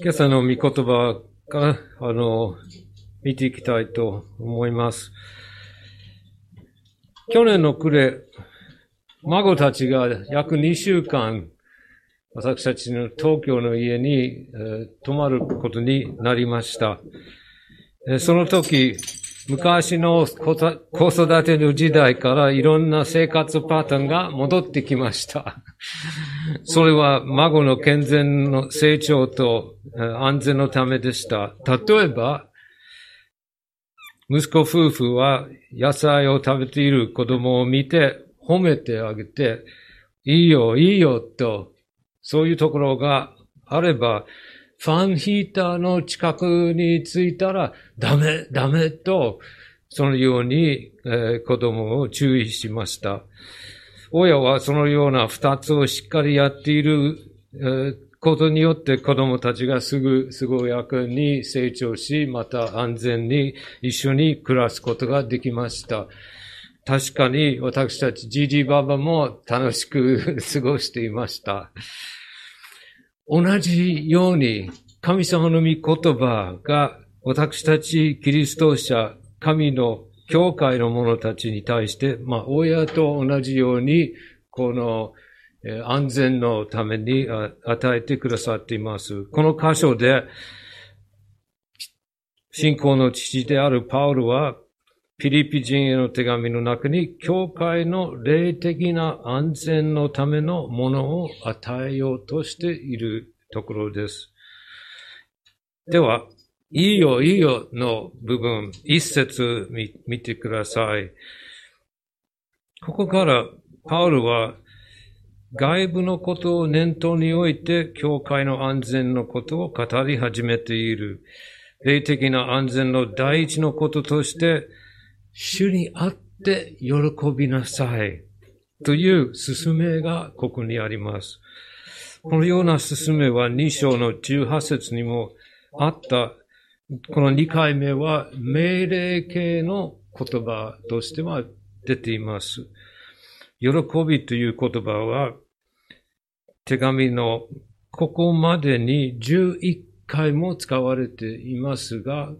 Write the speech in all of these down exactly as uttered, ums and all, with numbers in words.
今朝の御言葉から、あの、見ていきたいと思います。去年の暮れ、孫たちが約にしゅうかん、私たちの東京の家に、えー、泊まることになりました。えー、その時、昔の子育ての時代からいろんな生活パターンが戻ってきました。それは孫の健全の成長と安全のためでした。例えば、息子夫婦は野菜を食べている子供を見て褒めてあげて、いいよ、いいよと、そういうところがあれば、ファンヒーターの近くに着いたら、ダメ、ダメと、そのように、えー、子供を注意しました。親はそのような二つをしっかりやっている、えー、ことによって子供たちがすぐ、健やかに成長し、また安全に一緒に暮らすことができました。確かに私たちじじばばも楽しく過ごしていました。同じように神様の御言葉が私たちキリスト者、神の教会の者たちに対して、まあ親と同じようにこの安全のために与えてくださっています。この箇所で信仰の父であるパウルはピリピ人への手紙の中に教会の霊的な安全のためのものを与えようとしているところです。では、いいよいいよの部分、一節見、見てください。ここからパウルは外部のことを念頭に置いて教会の安全のことを語り始めている。霊的な安全の第一のこととして主にあって喜びなさいという勧めがここにあります。このような勧めはに章のじゅうはち節にもあった。このにかいめは命令形の言葉としては出ています。喜びという言葉は手紙のここまでにじゅういっかいも使われていますが、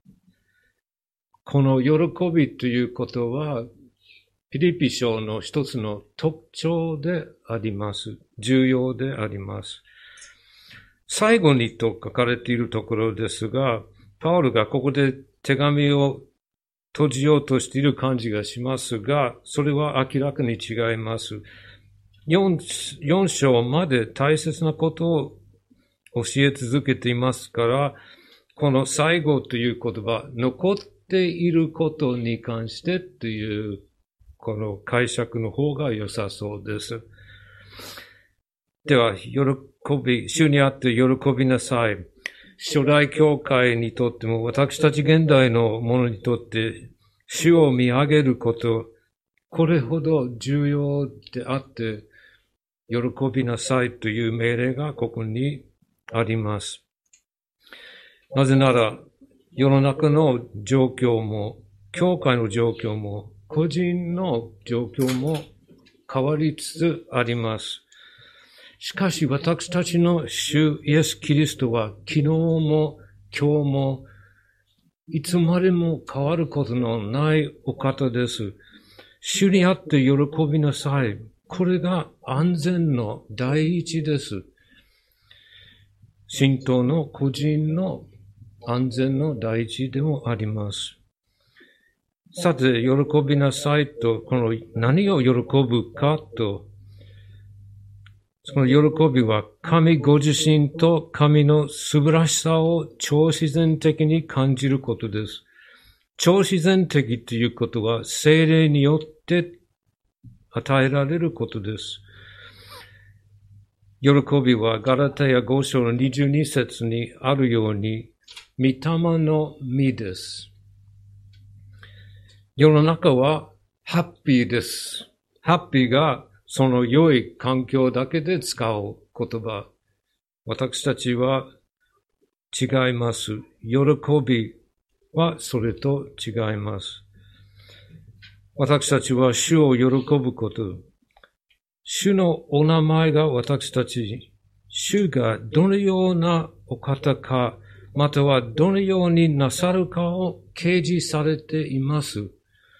この喜びということは、ピリピ書の一つの特徴であります。重要であります。最後にと書かれているところですが、パウルがここで手紙を閉じようとしている感じがしますが、それは明らかに違います。4, 4章まで大切なことを教え続けていますから、この最後という言葉、残っていることに関してという、この解釈の方が良さそうです。では、喜び、主にあって喜びなさい。初代教会にとっても、私たち現代のものにとって、主を見上げること、これほど重要であって、喜びなさいという命令がここにあります。なぜなら、世の中の状況も、教会の状況も、個人の状況も変わりつつあります。しかし私たちの主イエス・キリストは昨日も今日もいつまでも変わることのないお方です。主にあって喜びなさい。これが安全の第一です。信徒の個人の安全の第一でもあります。さて、喜びなさいと、この何を喜ぶかと、その喜びは神ご自身と神の素晴らしさを超自然的に感じることです。超自然的ということは聖霊によって与えられることです。喜びはガラテヤご章のにじゅうに節にあるように、御霊の実です。世の中はハッピーです。ハッピーがその良い環境だけで使う言葉。私たちは違います。喜びはそれと違います。私たちは主を喜ぶこと。主のお名前が私たち、主がどのようなお方か、またはどのようになさるかを掲示されています。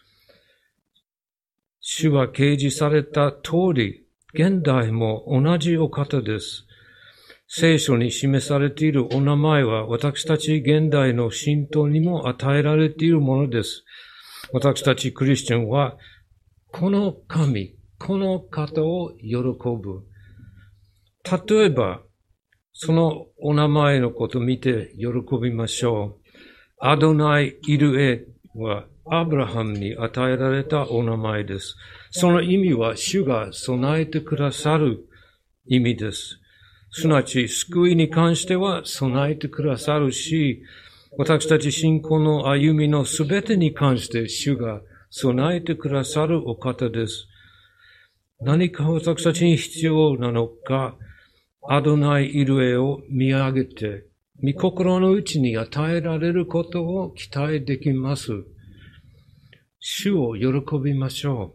主は掲示された通り、現代も同じお方です。聖書に示されているお名前は私たち現代の信徒にも与えられているものです。私たちクリスチャンはこの神、この方を喜ぶ。例えば、そのお名前のことを見て喜びましょう。アドナイ・イルエはアブラハムに与えられたお名前です。その意味は主が備えてくださる意味です。すなわち救いに関しては備えてくださるし、私たち信仰の歩みのすべてに関して主が備えてくださるお方です。何か私たちに必要なのか、アドナイ・イルエを見上げて、御心のうちに与えられることを期待できます。主を喜びましょ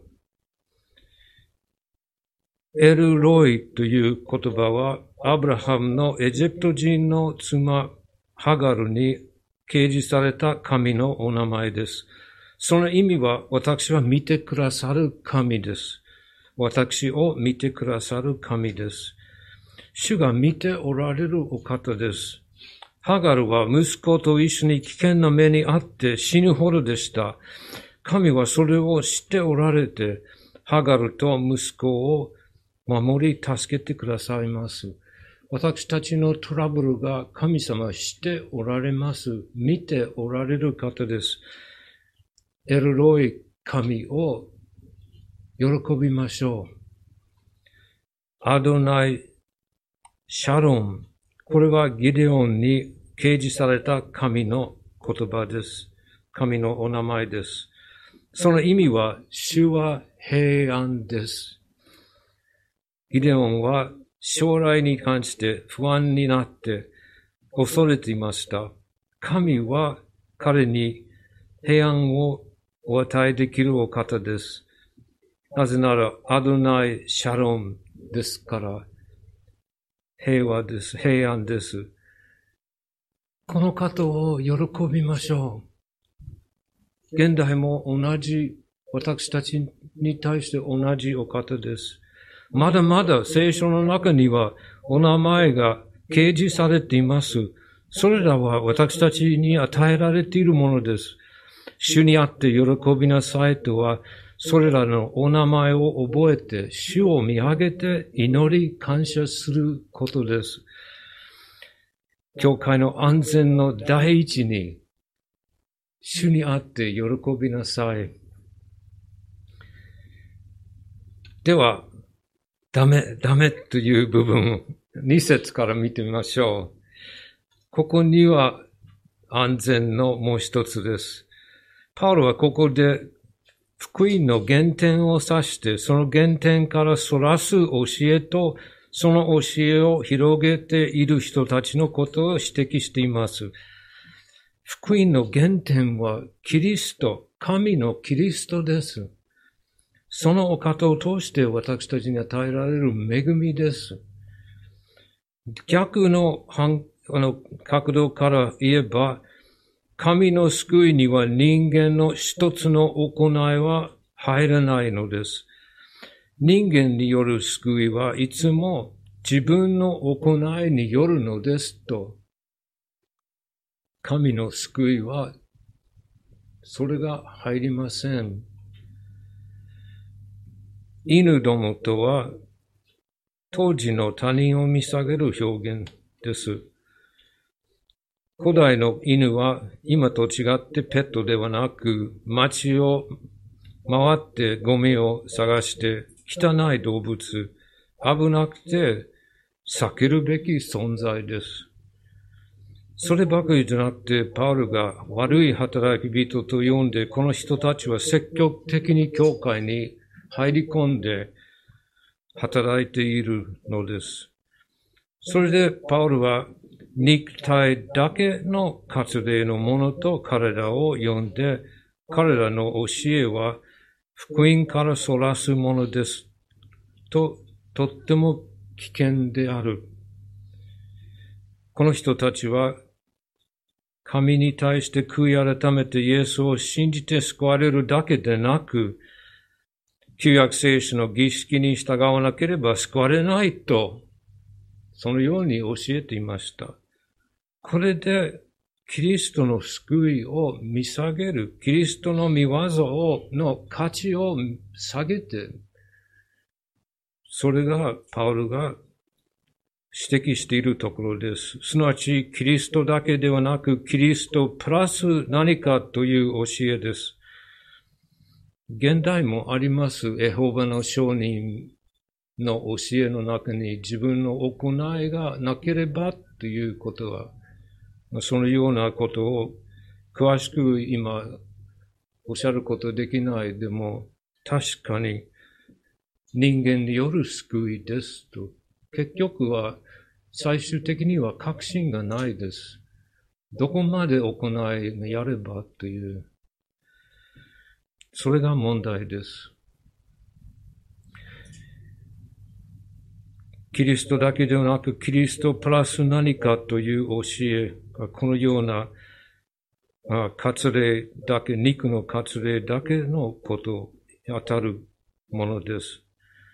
う。エルロイという言葉は、アブラハムのエジプト人の妻、ハガルに掲示された神のお名前です。その意味は、私は見てくださる神です。私を見てくださる神です。主が見ておられるお方です。ハガルは息子と一緒に危険な目にあって死ぬほどでした。神はそれを知っておられて、ハガルと息子を守り助けてくださいます。私たちのトラブルが神様は知っておられます。見ておられる方です。エルロイ神を喜びましょう。アドナイ・シャロン。これはギデオンに掲示された神の言葉です。神のお名前です。その意味は、主は平安です。ギデオンは将来に関して不安になって恐れていました。神は彼に平安をお与えできるお方です。なぜなら、アドナイ・シャロンですから、平和です。平安です。この方を喜びましょう。現代も同じ、私たちに対して同じお方です。まだまだ聖書の中にはお名前が掲示されています。それらは私たちに与えられているものです。主にあって喜びなさいとは、それらのお名前を覚えて、主を見上げて祈り感謝することです。教会の安全の第一に、主にあって喜びなさい。では、ダメ、ダメという部分、に節から見てみましょう。ここには安全のもう一つです。パウロはここで福音の原点を指して、その原点からそらす教えと、その教えを広げている人たちのことを指摘しています。福音の原点はキリスト、神のキリストです。そのお方を通して私たちに与えられる恵みです。逆の、あの角度から言えば、神の救いには人間の一つの行いは入らないのです。人間による救いはいつも自分の行いによるのですと。神の救いはそれが入りません。犬どもとは当時の他人を見下げる表現です。古代の犬は今と違ってペットではなく、街を回ってゴミを探して汚い動物、危なくて避けるべき存在です。そればかりじゃなくて、パウルが悪い働き人と呼んで、この人たちは積極的に教会に入り込んで働いているのです。それでパウルは肉体だけの活例のものと彼らを呼んで、彼らの教えは福音からそらすものですと、とっても危険である。 この人たちは、神に対して悔い改めてイエスを信じて救われるだけでなく、旧約聖書の儀式に従わなければ救われないと、そのように教えていました。これで、キリストの救いを見下げる、キリストの御業をの価値を下げて、それがパウルが指摘しているところです。すなわち、キリストだけではなく、キリストプラス何かという教えです。現代もあります、エホバの証人の教えの中に自分の行いがなければということは、そのようなことを詳しく今おっしゃることできないでも、確かに人間による救いですと。結局は最終的には確信がないです。どこまで行いがやればという。それが問題です。キリストだけではなく、キリストプラス何かという教えが、このような割礼だけ、肉の割礼だけのことに当たるものです。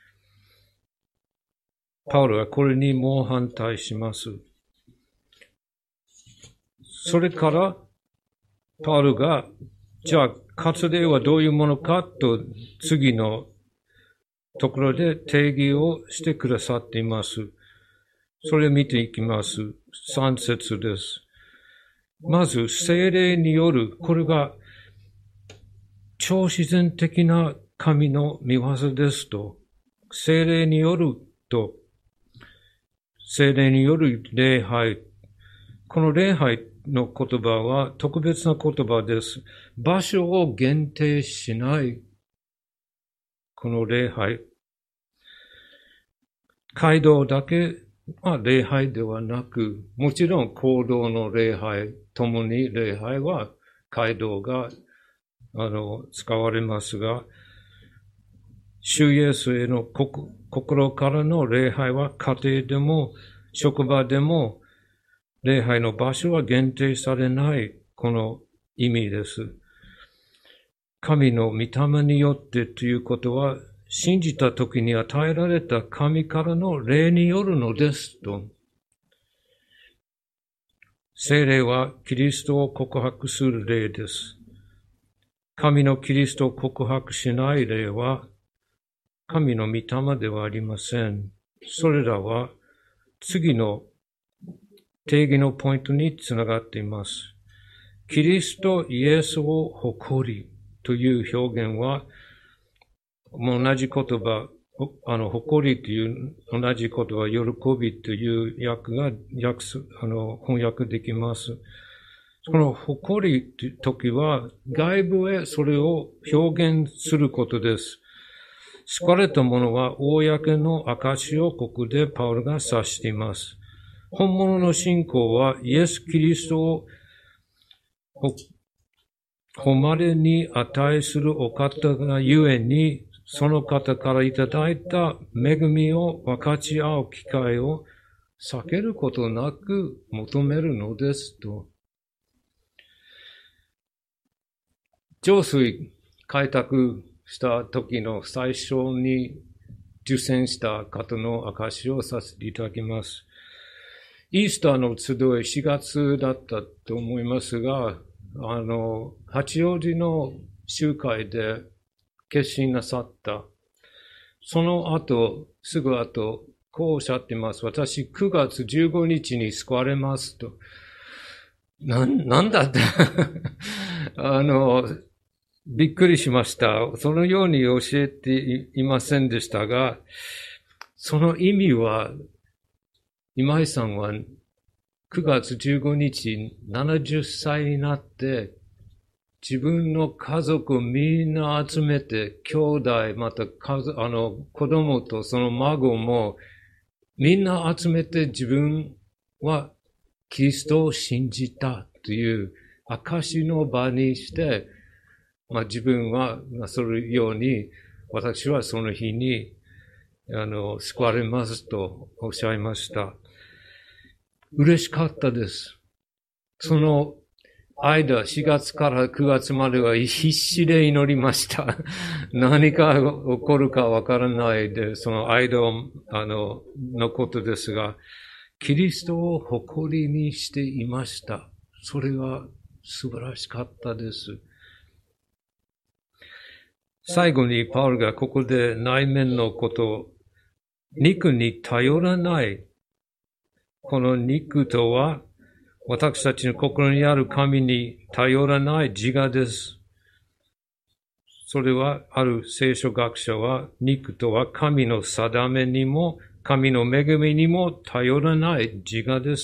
パウロはこれに猛反対します。それから、パウロが、じゃあ、割礼はどういうものかと、次のところで定義をしてくださっています。それを見ていきます。三節です。まず、聖霊による、これが超自然的な神の御業ですと、聖霊によると、聖霊による礼拝。この礼拝の言葉は特別な言葉です。場所を限定しない、この礼拝。街道だけは礼拝ではなく、もちろん行動の礼拝、共に礼拝は街道があの使われますが、主イエスへの心からの礼拝は家庭でも職場でも礼拝の場所は限定されないこの意味です。神の御霊によってということは信じた時に与えられた神からの霊によるのですと。聖霊はキリストを告白する霊です。神のキリストを告白しない霊は神の御霊ではありません。それらは次の定義のポイントにつながっています。キリストイエスを誇りという表現は同じ言葉、あの、誇りという同じ言葉、喜びという訳が訳す、あの、翻訳できます。その誇りという時は外部へそれを表現することです。救われた者は公の証をここでパウロが指しています。本物の信仰はイエス・キリストを誉れに値するお方がゆえに、その方からいただいた恵みを分かち合う機会を避けることなく求めるのですと。上水開拓した時の最初に受選した方の証をさせていただきます。イースターの集いしがつだったと思いますが、あの、八王子の集会で決心なさった。その後、すぐ後、こうおっしゃっています。私、くがつじゅうごにちに救われますと。な、なんだってあの、びっくりしました。そのように教えていませんでしたが、その意味は、今井さんはくがつじゅうごにちななじゅっさいになって、自分の家族をみんな集めて、兄弟、また家族、あの、子供とその孫も、みんな集めて自分はキリストを信じたという証の場にして、まあ自分は、まあ、そのように、私はその日に、あの、救われますとおっしゃいました。 嬉しかったです。その間、しがつからくがつまでは必死で祈りました。何か起こるかわからないで、その間を、あの、のことですが、キリストを誇りにしていました。それは素晴らしかったです。最後にパウルがここで内面のことを、肉に頼らない。この肉とは、私たちの心にある神に頼らない自我です。それは、ある聖書学者は、肉とは神の定めにも、神の恵みにも頼らない自我です。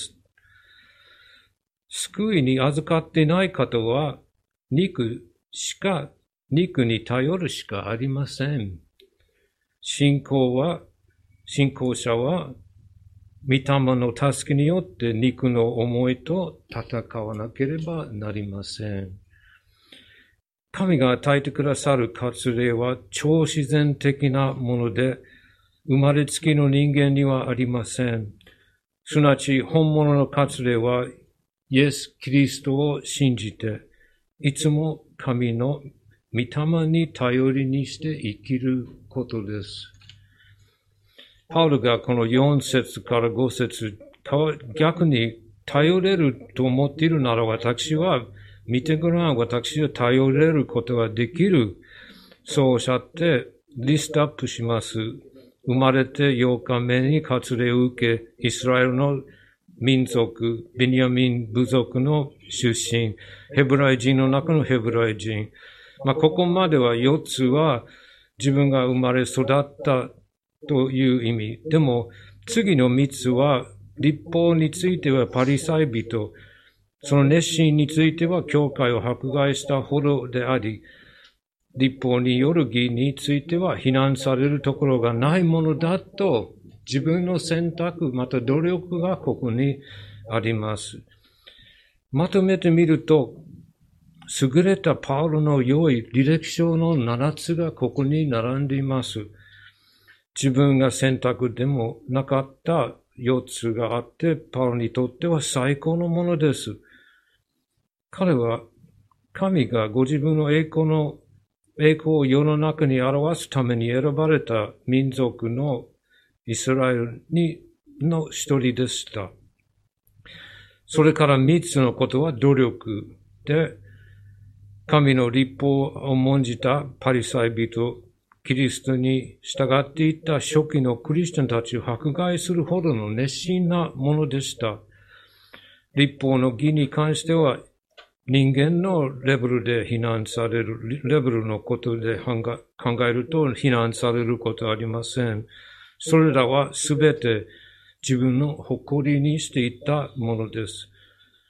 救いに預かっていない方は、肉しか、肉に頼るしかありません。信仰は、信仰者は、御霊の助けによって肉の思いと戦わなければなりません。神が与えてくださる割礼は超自然的なもので、生まれつきの人間にはありません。すなわち本物の割礼はイエス・キリストを信じて、いつも神の御霊に頼りにして生きることです。パウルがこのよん節からご節、逆に頼れると思っているなら私は、見てごらん、私は頼れることができる。そうおっしゃってリストアップします。生まれてようかめに割礼を受け、イスラエルの民族、ベニヤミン部族の出身、ヘブライ人の中のヘブライ人。まあ、ここまではよっつは自分が生まれ育ったという意味。でも、次の三つは、律法についてはパリサイ人、その熱心については教会を迫害したほどであり、律法による義については非難されるところがないものだと、自分の選択、また努力がここにあります。まとめてみると、優れたパウロの良い履歴書のななつがここに並んでいます。自分が選択でもなかったよっつがあって、パウロにとっては最高のものです。彼は神がご自分の栄光の、栄光を世の中に表すために選ばれた民族のイスラエルにの一人でした。それから三つのことは努力で、神の律法を重んじたパリサイ人、キリストに従っていった初期のクリスチャンたちを迫害するほどの熱心なものでした。律法の義に関しては人間のレベルで非難される、レベルのことで考えると非難されることはありません。それらはすべて自分の誇りにしていったものです。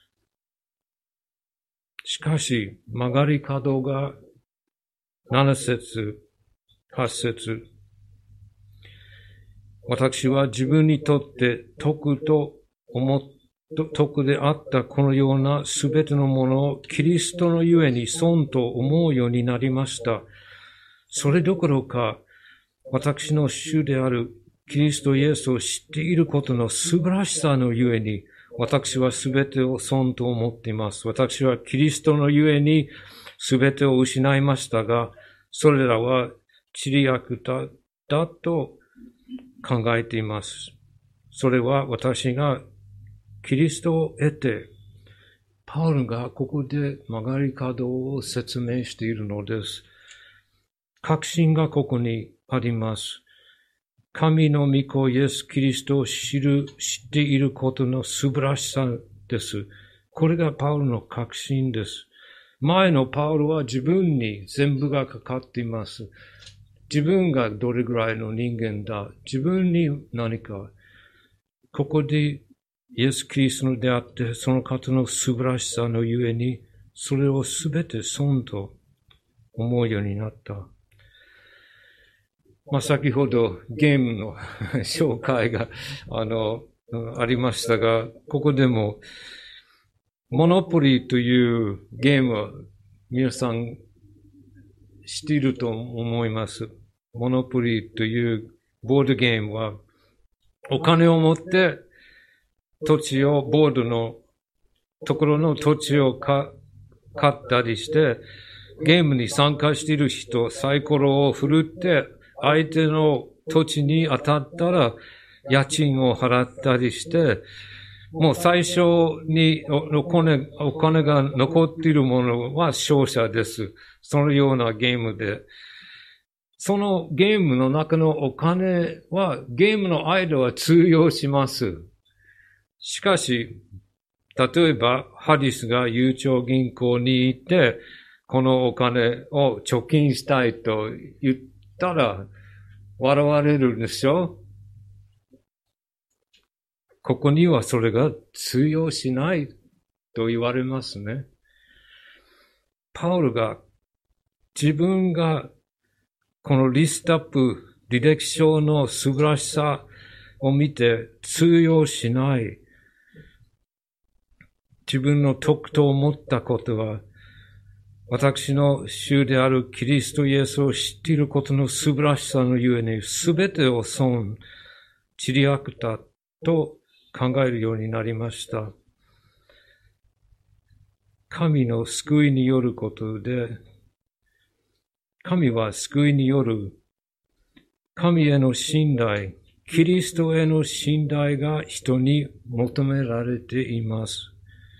しかし、曲がり角がなな節、はち節。私は自分にとって得と思っ得であったこのようなすべてのものをキリストのゆえに損と思うようになりました。それどころか、私の主であるキリストイエスを知っていることの素晴らしさのゆえに、私はすべてを損と思っています。私はキリストのゆえにすべてを失いましたが、それらはちりやくだ、だと考えています。それは私がキリストを得て、パウルがここで曲がり角を説明しているのです。確信がここにあります。神の御子イエス・キリストを知る、知っていることの素晴らしさです。これがパウルの確信です。前のパウルは自分に全部がかかっています。自分がどれぐらいの人間だ。自分に何か。ここでイエス・キリストの出会って、その方の素晴らしさのゆえに、それをすべて損と思うようになった。まあ、先ほどゲームの紹介が、あの、ありましたが、ここでも、モノポリーというゲームは皆さん知っていると思います。モノポリーというボードゲームは、お金を持って土地を、ボードのところの土地を買ったりして、ゲームに参加している人、サイコロを振るって、相手の土地に当たったら、家賃を払ったりして、もう最初にお金、お金が残っているものは勝者です。そのようなゲームで。そのゲームの中のお金は、ゲームの間は通用します。しかし、例えば、ハリスがゆうちょ銀行に行って、このお金を貯金したいと言ったら、笑われるでしょ？ここにはそれが通用しないと言われますね。パウルが自分がこのリストアップ、履歴書の素晴らしさを見て通用しない。自分の特徴を持ったことは、私の主であるキリストイエスを知っていることの素晴らしさのゆえに、すべてを損、散りあくたと考えるようになりました。神の救いによることで、神は救いによる神への信頼、キリストへの信頼が人に求められています。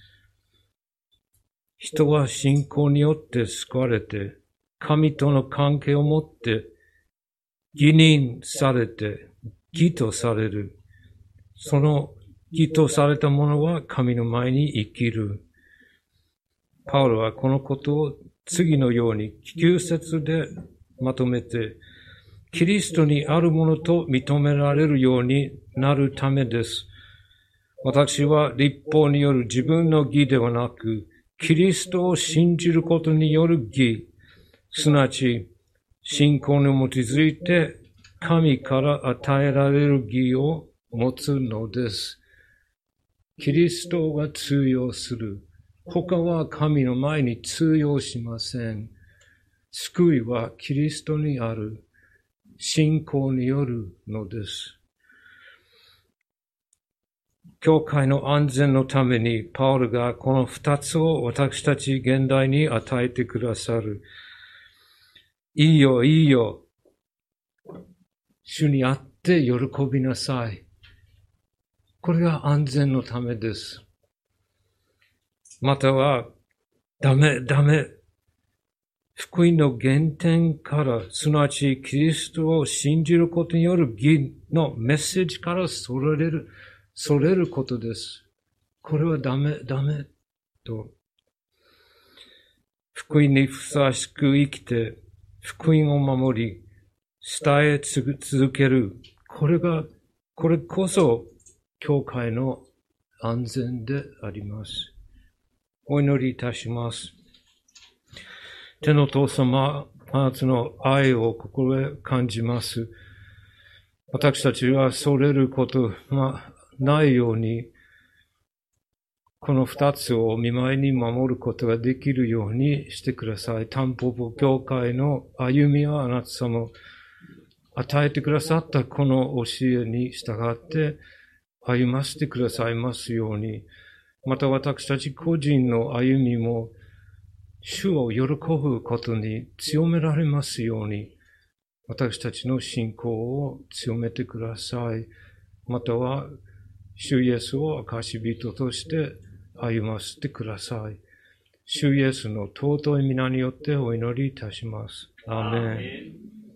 人は信仰によって救われて、神との関係を持って、義人されて、義とされる。その義とされたものは神の前に生きる。パウロはこのことを次のようにきゅう節でまとめて、キリストにあるものと認められるようになるためです。私は律法による自分の義ではなく、キリストを信じることによる義、すなわち信仰に基づいて神から与えられる義を持つのです。キリストが通用する。他は神の前に通用しません。救いはキリストにある。信仰によるのです。教会の安全のためにパウルがこの二つを私たち現代に与えてくださる。いいよ、いいよ。主にあって喜びなさい。これが安全のためです。または、ダメ、ダメ。福音の原点から、すなわちキリストを信じることによる義のメッセージからそれる、それることです。これはダメ、ダメ、と。福音にふさわしく生きて、福音を守り、伝え続ける。これが、これこそ、教会の安全であります。お祈りいたします。天の父様、あなたの愛を心へ感じます。私たちはそれることがないように、この二つを見舞いに守ることができるようにしてください。タンポポ教会の歩みはあなた様与えてくださったこの教えに従って歩ませてくださいますように、また私たち個人の歩みも主を喜ぶことに強められますように、私たちの信仰を強めてください。または、主イエスを証人として歩ませてください。主イエスの尊い皆によってお祈りいたします。アーメン。